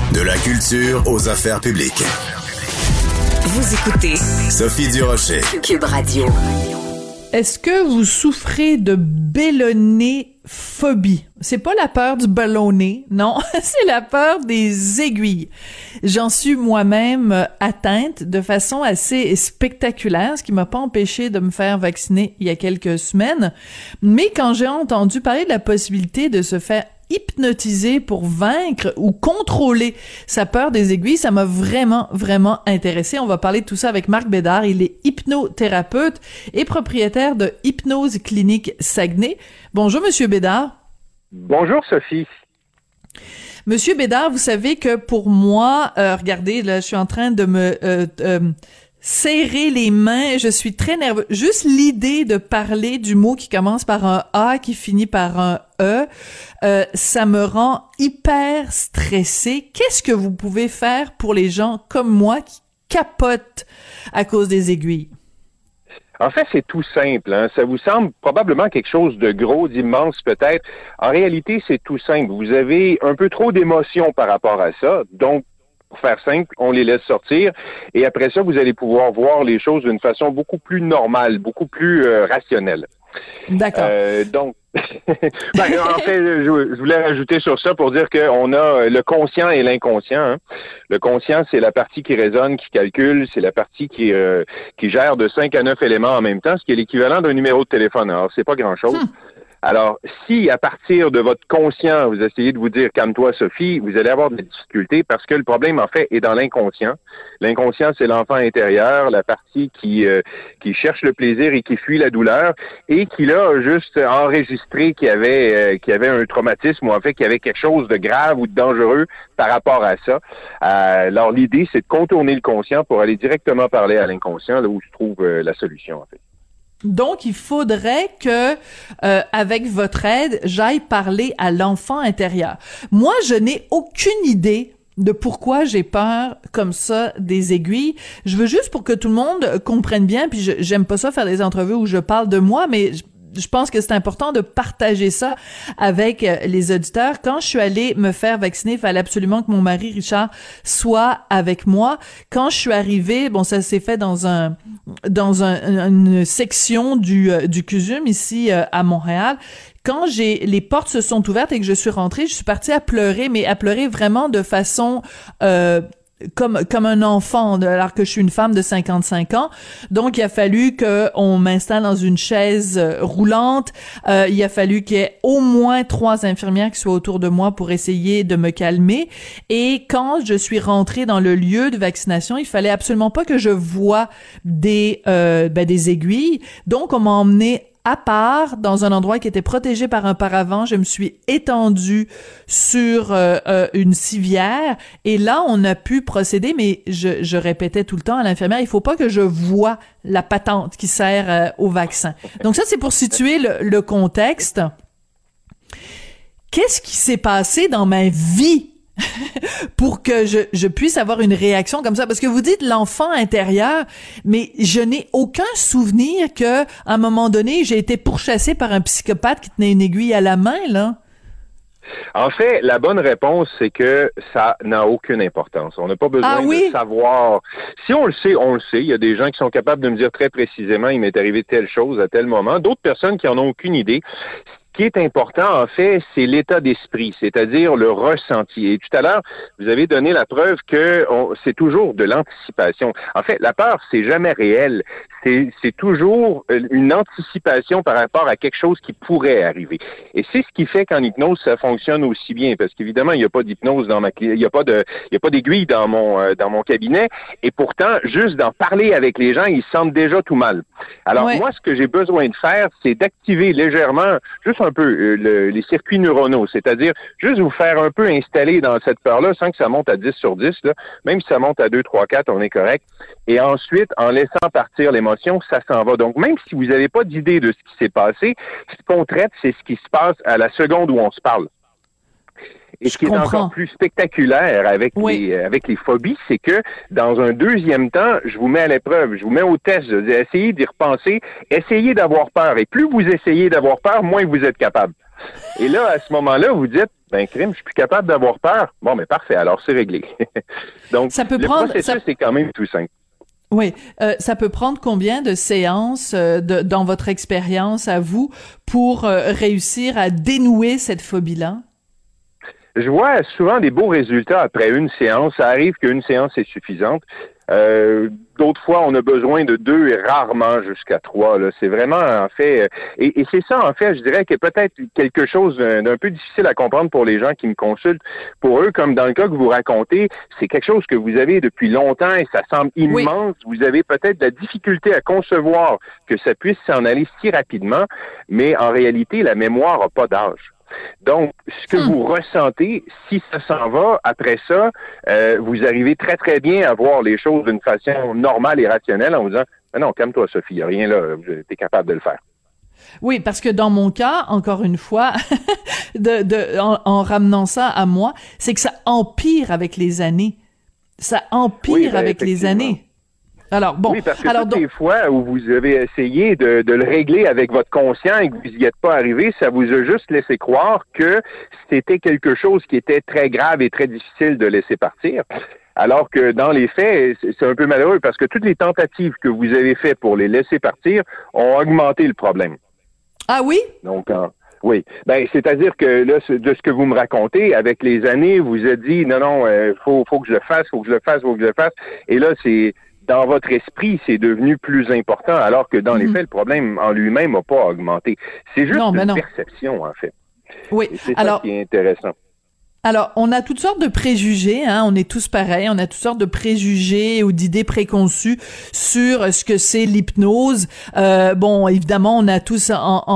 De la culture aux affaires publiques. Vous écoutez Sophie Durocher. Cube Radio. Est-ce que vous souffrez de ballonnéphobie? C'est pas la peur du ballonné, non, c'est la peur des aiguilles. J'en suis moi-même atteinte de façon assez spectaculaire, ce qui m'a pas empêché de me faire vacciner il y a quelques semaines. Mais quand j'ai entendu parler de la possibilité de se faire hypnotiser pour vaincre ou contrôler sa peur des aiguilles, ça m'a vraiment intéressé. On va parler de tout ça avec Marc Bédard. Il est hypnothérapeute et propriétaire de Hypnose Clinique Saguenay. Bonjour, Monsieur Bédard. Bonjour, Sophie. Monsieur Bédard, vous savez que pour moi, regardez, là, je suis en train de me serrer les mains, je suis très nerveux. Juste l'idée de parler du mot qui commence par un A, qui finit par un E, ça me rend hyper stressée. Qu'est-ce que vous pouvez faire pour les gens comme moi qui capotent à cause des aiguilles? En fait, c'est tout simple. Hein? Ça vous semble probablement quelque chose de gros, d'immense peut-être. En réalité, c'est tout simple. Vous avez un peu trop d'émotions par rapport à ça. Donc, pour faire simple, on les laisse sortir. Et après ça, vous allez pouvoir voir les choses d'une façon beaucoup plus normale, beaucoup plus rationnelle. D'accord. Donc, en fait, je voulais rajouter sur ça pour dire qu'on a le conscient et l'inconscient. Hein. Le conscient, c'est la partie qui raisonne, qui calcule, c'est la partie qui gère de 5 à 9 éléments en même temps, ce qui est l'équivalent d'un numéro de téléphone. Alors, c'est pas grand-chose. Alors, si à partir de votre conscient, vous essayez de vous dire « calme-toi, Sophie », vous allez avoir des difficultés parce que le problème, en fait, est dans l'inconscient. L'inconscient, c'est l'enfant intérieur, la partie qui cherche le plaisir et qui fuit la douleur et qui, là, a juste enregistré qu'il y avait un traumatisme ou en fait qu'il y avait quelque chose de grave ou de dangereux par rapport à ça. Alors, l'idée, c'est de contourner le conscient pour aller directement parler à l'inconscient, là où se trouve la solution, en fait. Donc, il faudrait que, avec votre aide, j'aille parler à l'enfant intérieur. Moi, je n'ai aucune idée de pourquoi j'ai peur comme ça des aiguilles. Je veux juste pour que tout le monde comprenne bien, puis j'aime pas ça faire des entrevues où je parle de moi, mais je pense que c'est important de partager ça avec les auditeurs. Quand je suis allée me faire vacciner, il fallait absolument que mon mari Richard soit avec moi. Quand je suis arrivée, bon, ça s'est fait dans une section du CUSUM ici à Montréal. Quand les portes se sont ouvertes et que je suis rentrée, je suis partie à pleurer, mais à pleurer vraiment de façon comme un enfant, alors que je suis une femme de 55 ans. Donc, il a fallu qu'on m'installe dans une chaise roulante. Il a fallu qu'il y ait au moins 3 infirmières qui soient autour de moi pour essayer de me calmer. Et quand je suis rentrée dans le lieu de vaccination, il fallait absolument pas que je voie des aiguilles. Donc, on m'a emmenée à part, dans un endroit qui était protégé par un paravent. Je me suis étendue sur une civière et là, on a pu procéder, mais je répétais tout le temps à l'infirmière, il faut pas que je voie la patente qui sert au vaccin. Donc ça, c'est pour situer le contexte. Qu'est-ce qui s'est passé dans ma vie pour que je puisse avoir une réaction comme ça? Parce que vous dites l'enfant intérieur, mais je n'ai aucun souvenir que, à un moment donné, j'ai été pourchassée par un psychopathe qui tenait une aiguille à la main, là. En fait, la bonne réponse, c'est que ça n'a aucune importance. On n'a pas besoin de savoir. Si on le sait, on le sait. Il y a des gens qui sont capables de me dire très précisément, il m'est arrivé telle chose à tel moment. D'autres personnes qui en ont aucune idée. Ce qui est important, en fait, c'est l'état d'esprit, c'est-à-dire le ressenti. Et tout à l'heure, vous avez donné la preuve que c'est toujours de l'anticipation. En fait, la peur, c'est jamais réel. C'est toujours une anticipation par rapport à quelque chose qui pourrait arriver. Et c'est ce qui fait qu'en hypnose, ça fonctionne aussi bien. Parce qu'évidemment, il n'y a pas d'hypnose il n'y a pas d'aiguille dans mon cabinet. Et pourtant, juste d'en parler avec les gens, ils se sentent déjà tout mal. Alors, moi, ce que j'ai besoin de faire, c'est d'activer légèrement, juste un peu, les circuits neuronaux. C'est-à-dire, juste vous faire un peu installer dans cette peur-là, sans que ça monte à 10 sur 10, là. Même si ça monte à 2, 3, 4, on est correct. Et ensuite, en laissant partir l'émotion, ça s'en va. Donc, même si vous n'avez pas d'idée de ce qui s'est passé, ce qu'on traite, c'est ce qui se passe à la seconde où on se parle. Et ce qui est encore plus spectaculaire avec les phobies, c'est que dans un deuxième temps, je vous mets à l'épreuve, je vous mets au test, je dis essayez d'y repenser, essayez d'avoir peur. Et plus vous essayez d'avoir peur, moins vous êtes capable. Et là, à ce moment-là, vous dites, Ben, crime, je suis plus capable d'avoir peur. Bon, mais parfait, alors c'est réglé. Donc, le processus est quand même tout simple. Oui, ça peut prendre combien de séances dans votre expérience à vous pour réussir à dénouer cette phobie-là? Je vois souvent des beaux résultats après une séance. Ça arrive qu'une séance est suffisante. D'autres fois, on a besoin de 2 et rarement jusqu'à 3. Là. C'est vraiment, en fait... Et c'est ça, en fait, je dirais que peut-être quelque chose d'un peu difficile à comprendre pour les gens qui me consultent. Pour eux, comme dans le cas que vous racontez, c'est quelque chose que vous avez depuis longtemps et ça semble immense. Oui. Vous avez peut-être de la difficulté à concevoir que ça puisse s'en aller si rapidement, mais en réalité, la mémoire n'a pas d'âge. Donc, ce que vous ressentez, si ça s'en va, après ça, vous arrivez très, très bien à voir les choses d'une façon normale et rationnelle en vous disant « Non, calme-toi, Sophie, il n'y a rien là, tu es capable de le faire. » Oui, parce que dans mon cas, encore une fois, en ramenant ça à moi, c'est que ça empire avec les années. Ça empire avec les années. Alors, bon. Oui, parce que toutes les fois où vous avez essayé de le régler avec votre conscient et que vous n'y êtes pas arrivé, ça vous a juste laissé croire que c'était quelque chose qui était très grave et très difficile de laisser partir. Alors que dans les faits, c'est un peu malheureux parce que toutes les tentatives que vous avez faites pour les laisser partir ont augmenté le problème. Ah oui? Donc, oui. Ben, c'est-à-dire que là, de ce que vous me racontez, avec les années, vous vous êtes dit, non, faut que je le fasse, faut que je le fasse. Et là, dans votre esprit, c'est devenu plus important, alors que dans les faits, le problème en lui-même n'a pas augmenté. C'est juste une perception, en fait. Oui. Et c'est ça qui est intéressant. Alors, on a toutes sortes de préjugés, hein, on est tous pareils, on a toutes sortes de préjugés ou d'idées préconçues sur ce que c'est l'hypnose. Bon, évidemment, on a tous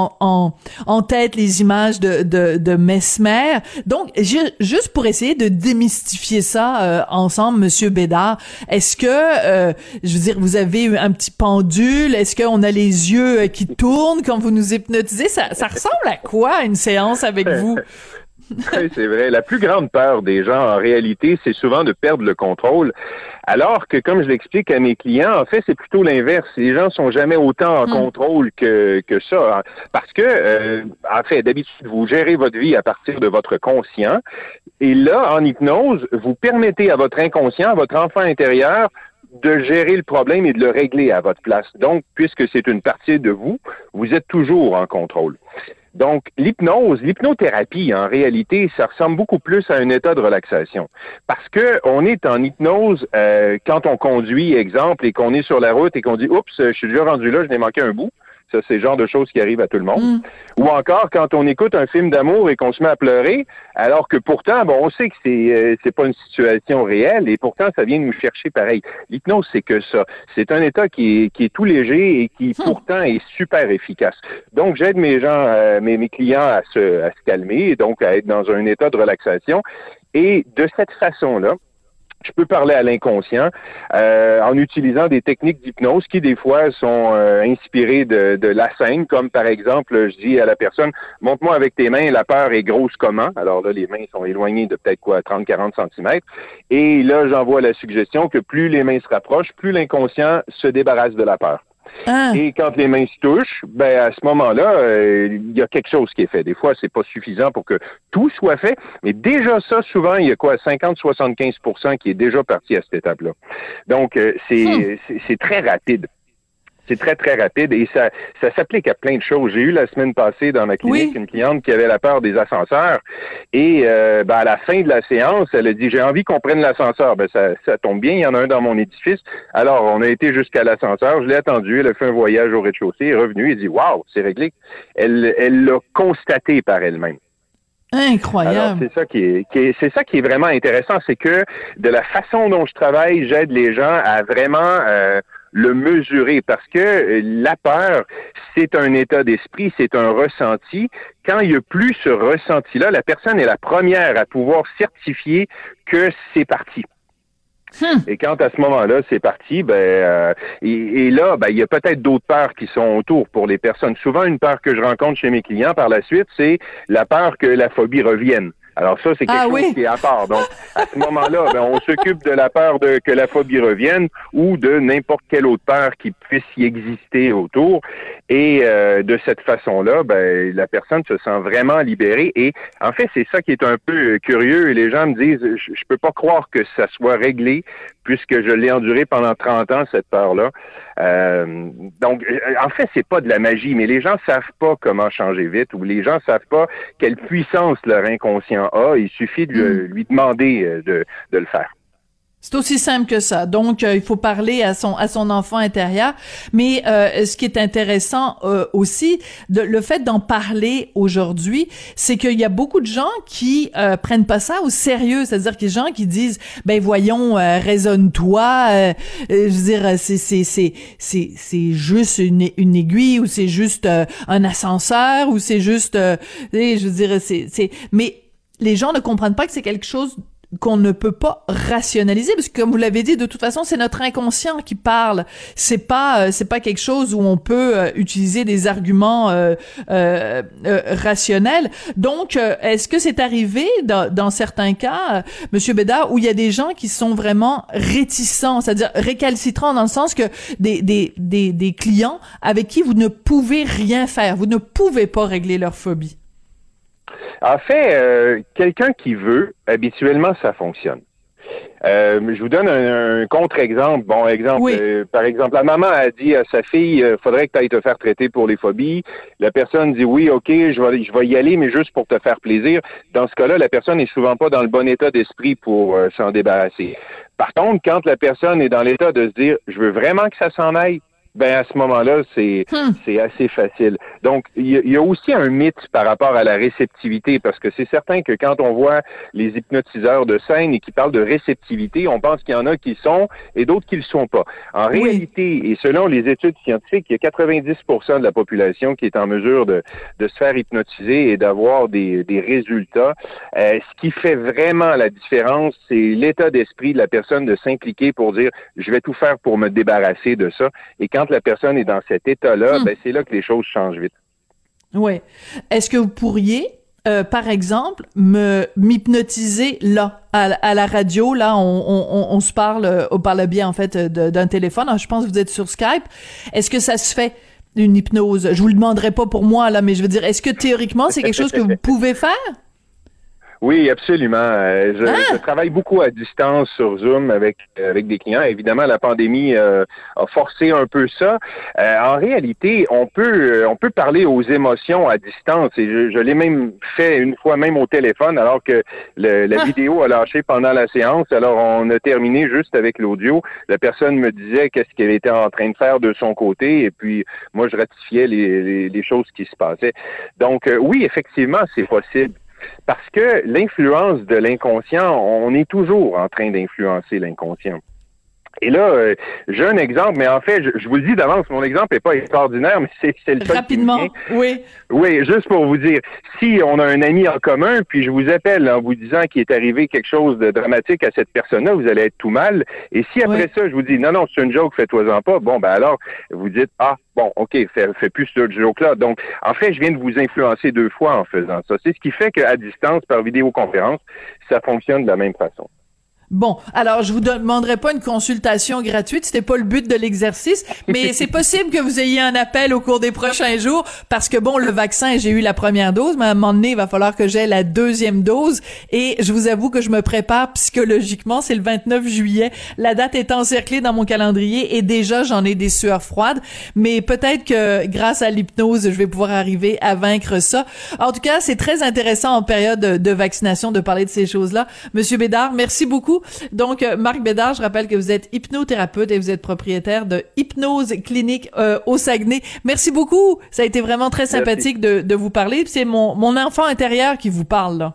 en tête les images de Mesmer. Donc, juste pour essayer de démystifier ça ensemble, Monsieur Bédard, est-ce que, je veux dire, vous avez un petit pendule? Est-ce qu'on a les yeux qui tournent quand vous nous hypnotisez? Ça ressemble à quoi, une séance avec vous? Oui, c'est vrai. La plus grande peur des gens, en réalité, c'est souvent de perdre le contrôle. Alors que, comme je l'explique à mes clients, en fait, c'est plutôt l'inverse. Les gens sont jamais autant en contrôle que ça. Parce que, en fait, d'habitude, vous gérez votre vie à partir de votre conscient. Et là, en hypnose, vous permettez à votre inconscient, à votre enfant intérieur, de gérer le problème et de le régler à votre place. Donc, puisque c'est une partie de vous, vous êtes toujours en contrôle. Donc, l'hypnothérapie, en réalité, ça ressemble beaucoup plus à un état de relaxation. Parce que on est en hypnose quand on conduit, exemple, et qu'on est sur la route et qu'on dit « Oups, je suis déjà rendu là, je n'ai manqué un bout ». Ça, c'est le genre de choses qui arrivent à tout le monde. Ou encore, quand on écoute un film d'amour et qu'on se met à pleurer, alors que pourtant, bon, on sait que c'est pas une situation réelle et pourtant, ça vient nous chercher pareil. L'hypnose, c'est que ça. C'est un état qui est tout léger et qui, pourtant, est super efficace. Donc, j'aide mes gens, mes clients à se calmer, donc à être dans un état de relaxation. Et de cette façon-là, je peux parler à l'inconscient en utilisant des techniques d'hypnose qui, des fois, sont inspirées de la scène, comme par exemple, je dis à la personne, montre-moi avec tes mains, la peur est grosse comment? Alors là, les mains sont éloignées de peut-être 30-40 cm. Et là, j'envoie la suggestion que plus les mains se rapprochent, plus l'inconscient se débarrasse de la peur. Et quand les mains se touchent, ben à ce moment-là, il y a quelque chose qui est fait. Des fois, c'est pas suffisant pour que tout soit fait, mais déjà ça, souvent, il y a 50-75% qui est déjà parti à cette étape-là. Donc, c'est très rapide. C'est très, très rapide et ça s'applique à plein de choses. J'ai eu la semaine passée dans ma clinique une cliente qui avait la peur des ascenseurs et à la fin de la séance, elle a dit « J'ai envie qu'on prenne l'ascenseur. » Ben ça tombe bien, il y en a un dans mon édifice. Alors, on a été jusqu'à l'ascenseur, je l'ai attendu, elle a fait un voyage au rez-de-chaussée, elle est revenue, elle dit « Wow, c'est réglé. » Elle l'a constaté par elle-même. Incroyable. Alors, c'est ça qui est vraiment intéressant, c'est que de la façon dont je travaille, j'aide les gens à vraiment le mesurer parce que la peur, c'est un état d'esprit, c'est un ressenti. Quand il n'y a plus ce ressenti-là, la personne est la première à pouvoir certifier que c'est parti. Et quand à ce moment-là, c'est parti, et là, il y a peut-être d'autres peurs qui sont autour pour les personnes. Souvent, une peur que je rencontre chez mes clients par la suite, c'est la peur que la phobie revienne. Alors ça, c'est quelque chose qui est à part. Donc, à ce moment-là, on s'occupe de la peur que la phobie revienne ou de n'importe quelle autre peur qui puisse y exister autour. Et de cette façon-là, la personne se sent vraiment libérée. Et en fait, c'est ça qui est un peu curieux. Et les gens me disent, je peux pas croire que ça soit réglé puisque je l'ai enduré pendant 30 ans, cette peur-là. Donc, en fait, c'est pas de la magie, mais les gens savent pas comment changer vite ou les gens savent pas quelle puissance leur inconscient a. Il suffit de lui demander de le faire. C'est aussi simple que ça. Donc, il faut parler à son enfant intérieur. Mais ce qui est intéressant aussi, le fait d'en parler aujourd'hui, c'est qu'il y a beaucoup de gens qui prennent pas ça au sérieux. C'est-à-dire qu'il y a des gens qui disent, voyons, raisonne-toi. Je veux dire, c'est juste une aiguille ou c'est juste un ascenseur ou c'est juste, je veux dire, mais les gens ne comprennent pas que c'est quelque chose qu'on ne peut pas rationaliser, parce que comme vous l'avez dit, de toute façon, c'est notre inconscient qui parle. C'est pas quelque chose où on peut utiliser des arguments rationnels. Donc, est-ce que c'est arrivé dans certains cas, Monsieur Bédard, où il y a des gens qui sont vraiment réticents, c'est-à-dire récalcitrants, dans le sens que des clients avec qui vous ne pouvez rien faire, vous ne pouvez pas régler leur phobie? En fait, quelqu'un qui veut, habituellement, ça fonctionne. Je vous donne un contre-exemple. Bon, exemple, par exemple, la maman a dit à sa fille, faudrait que tu ailles te faire traiter pour les phobies. La personne dit oui, ok, je vais y aller, mais juste pour te faire plaisir. Dans ce cas-là, la personne n'est souvent pas dans le bon état d'esprit pour s'en débarrasser. Par contre, quand la personne est dans l'état de se dire, je veux vraiment que ça s'en aille, à ce moment-là, c'est assez facile. Donc, il y a aussi un mythe par rapport à la réceptivité, parce que c'est certain que quand on voit les hypnotiseurs de scène et qui parlent de réceptivité, on pense qu'il y en a qui sont et d'autres qui le sont pas. En réalité, et selon les études scientifiques, il y a 90% de la population qui est en mesure de se faire hypnotiser et d'avoir des résultats. Ce qui fait vraiment la différence, c'est l'état d'esprit de la personne de s'impliquer pour dire « je vais tout faire pour me débarrasser de ça ». Et quand la personne est dans cet état-là, c'est là que les choses changent vite. Oui. Est-ce que vous pourriez, par exemple, m'hypnotiser là, à la radio, là, on se parle, on parle bien, en fait, d'un téléphone. Alors, je pense que vous êtes sur Skype. Est-ce que ça se fait, une hypnose? Je vous le demanderai pas pour moi, là, mais je veux dire, est-ce que théoriquement, c'est quelque chose que vous pouvez faire? Oui, absolument. Je travaille beaucoup à distance sur Zoom avec des clients. Évidemment, la pandémie a forcé un peu ça. En réalité, on peut parler aux émotions à distance. Et je l'ai même fait une fois même au téléphone, alors que la vidéo a lâché pendant la séance. Alors, on a terminé juste avec l'audio. La personne me disait qu'est-ce qu'elle était en train de faire de son côté, et puis moi, je ratifiais les choses qui se passaient. Donc, oui, effectivement, c'est possible. Parce que l'influence de l'inconscient, on est toujours en train d'influencer l'inconscient. Et là, j'ai un exemple, mais en fait, je vous le dis d'avance, mon exemple n'est pas extraordinaire, mais c'est le seul. Rapidement, oui. Oui, juste pour vous dire, si on a un ami en commun, puis je vous appelle en vous disant qu'il est arrivé quelque chose de dramatique à cette personne-là, vous allez être tout mal. Et si après ça, je vous dis, non, c'est une joke, fais-toi-en pas, alors, vous dites, OK, fais plus ce joke-là. Donc, en fait, je viens de vous influencer 2 fois en faisant ça. C'est ce qui fait qu'à distance, par vidéoconférence, ça fonctionne de la même façon. Bon, alors je vous demanderai pas une consultation gratuite, c'était pas le but de l'exercice, mais c'est possible que vous ayez un appel au cours des prochains jours, parce que bon, le vaccin, j'ai eu la première dose, mais à un moment donné, il va falloir que j'aie la 2e dose, et je vous avoue que je me prépare psychologiquement, c'est le 29 juillet, la date est encerclée dans mon calendrier, et déjà j'en ai des sueurs froides, mais peut-être que grâce à l'hypnose, je vais pouvoir arriver à vaincre ça. En tout cas, c'est très intéressant en période de vaccination de parler de ces choses-là. Monsieur Bédard, merci beaucoup. Donc, Marc Bédard, je rappelle que vous êtes hypnothérapeute et vous êtes propriétaire de Hypnose Clinique au Saguenay. Merci beaucoup. Ça a été vraiment très sympathique de vous parler. C'est mon enfant intérieur qui vous parle, là.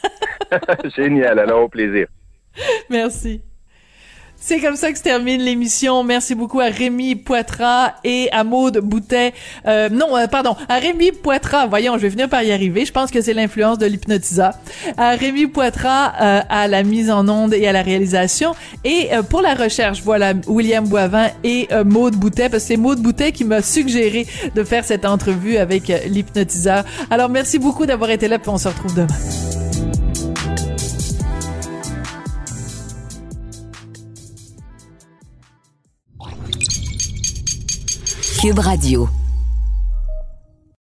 Génial. Alors, au plaisir. Merci. C'est comme ça que se termine l'émission. Merci beaucoup à Rémi Poitras et à Maude Boutet. À Rémi Poitras. Voyons, je vais finir par y arriver. Je pense que c'est l'influence de l'hypnotiseur. À Rémi Poitras à la mise en onde et à la réalisation. Et pour la recherche, voilà, William Boivin et Maude Boutet, parce que c'est Maude Boutet qui m'a suggéré de faire cette entrevue avec l'hypnotiseur. Alors, merci beaucoup d'avoir été là, puis on se retrouve demain. Cube Radio.